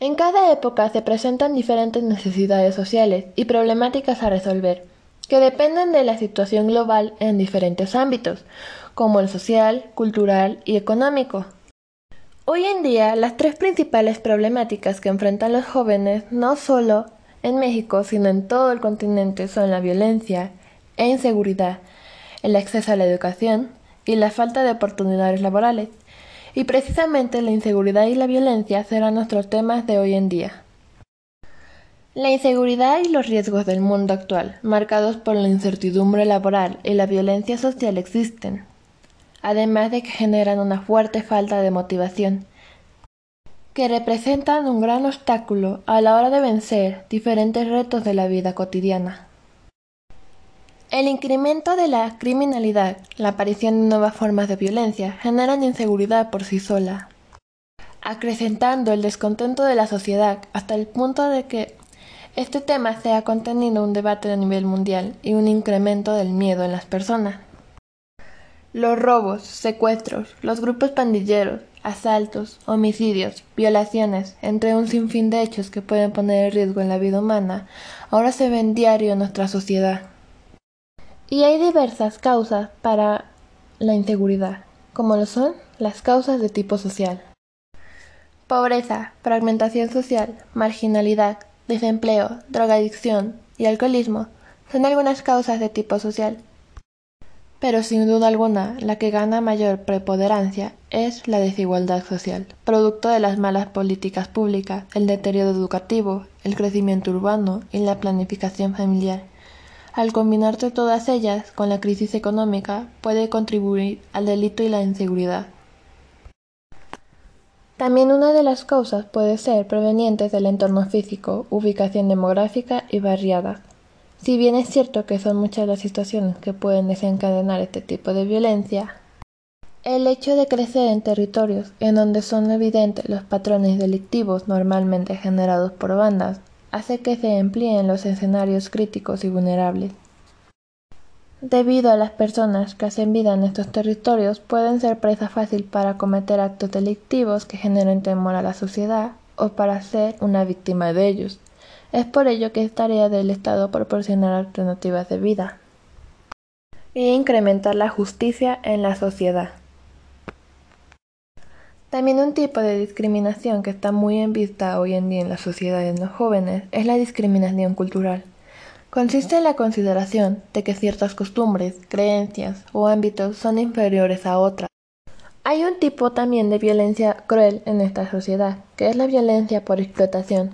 En cada época se presentan diferentes necesidades sociales y problemáticas a resolver, que dependen de la situación global en diferentes ámbitos, como el social, cultural y económico. Hoy en día, las tres principales problemáticas que enfrentan los jóvenes, no solo en México, sino en todo el continente, son la violencia e inseguridad, el acceso a la educación y la falta de oportunidades laborales. Y precisamente la inseguridad y la violencia serán nuestros temas de hoy en día. La inseguridad y los riesgos del mundo actual, marcados por la incertidumbre laboral y la violencia social, existen, además de que generan una fuerte falta de motivación, que representan un gran obstáculo a la hora de vencer diferentes retos de la vida cotidiana. El incremento de la criminalidad, la aparición de nuevas formas de violencia, generan inseguridad por sí sola, acrecentando el descontento de la sociedad hasta el punto de que este tema sea contenido un debate a nivel mundial y un incremento del miedo en las personas. Los robos, secuestros, los grupos pandilleros, asaltos, homicidios, violaciones, entre un sinfín de hechos que pueden poner en riesgo en la vida humana, ahora se ven diario en nuestra sociedad. Y hay diversas causas para la inseguridad, como lo son las causas de tipo social. Pobreza, fragmentación social, marginalidad, desempleo, drogadicción y alcoholismo son algunas causas de tipo social. Pero sin duda alguna, la que gana mayor preponderancia es la desigualdad social, producto de las malas políticas públicas, el deterioro educativo, el crecimiento urbano y la planificación familiar. Al combinarse todas ellas con la crisis económica, puede contribuir al delito y la inseguridad. También una de las causas puede ser provenientes del entorno físico, ubicación demográfica y barriada. Si bien es cierto que son muchas las situaciones que pueden desencadenar este tipo de violencia, el hecho de crecer en territorios en donde son evidentes los patrones delictivos normalmente generados por bandas hace que se empleen los escenarios críticos y vulnerables. Debido a las personas que hacen vida en estos territorios pueden ser presa fácil para cometer actos delictivos que generen temor a la sociedad o para ser una víctima de ellos. Es por ello que es tarea del Estado proporcionar alternativas de vida e incrementar la justicia en la sociedad. También un tipo de discriminación que está muy en vista hoy en día en la sociedad y en los jóvenes es la discriminación cultural. Consiste en la consideración de que ciertas costumbres, creencias o ámbitos son inferiores a otras. Hay un tipo también de violencia cruel en esta sociedad, que es la violencia por explotación.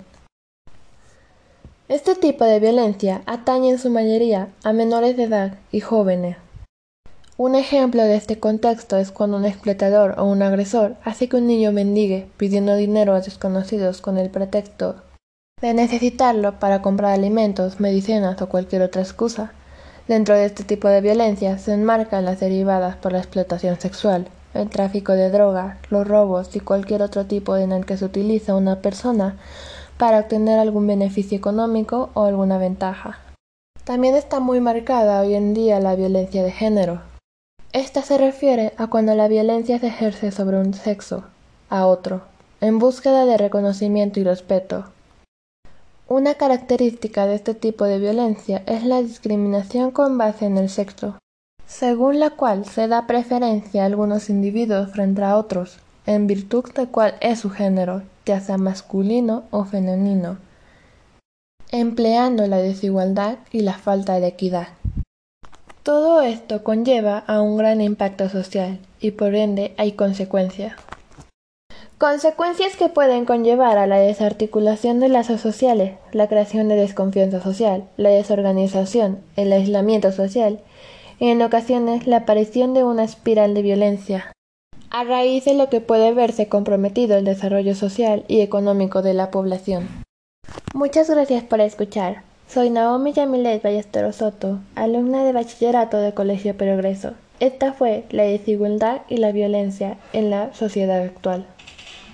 Este tipo de violencia atañe en su mayoría a menores de edad y jóvenes. Un ejemplo de este contexto es cuando un explotador o un agresor hace que un niño mendigue pidiendo dinero a desconocidos con el pretexto de necesitarlo para comprar alimentos, medicinas o cualquier otra excusa. Dentro de este tipo de violencia se enmarcan las derivadas por la explotación sexual, el tráfico de drogas, los robos y cualquier otro tipo en el que se utiliza una persona para obtener algún beneficio económico o alguna ventaja. También está muy marcada hoy en día la violencia de género. Esta se refiere a cuando la violencia se ejerce sobre un sexo, a otro, en búsqueda de reconocimiento y respeto. Una característica de este tipo de violencia es la discriminación con base en el sexo, según la cual se da preferencia a algunos individuos frente a otros, en virtud de cuál es su género, ya sea masculino o femenino, empleando la desigualdad y la falta de equidad. Todo esto conlleva a un gran impacto social y por ende hay consecuencias. Consecuencias que pueden conllevar a la desarticulación de lazos sociales, la creación de desconfianza social, la desorganización, el aislamiento social y en ocasiones la aparición de una espiral de violencia, a raíz de lo que puede verse comprometido el desarrollo social y económico de la población. Muchas gracias por escuchar. Soy Naomi Yamilet Ballesteros Soto, alumna de bachillerato del Colegio Progreso. Esta fue la desigualdad y la violencia en la sociedad actual.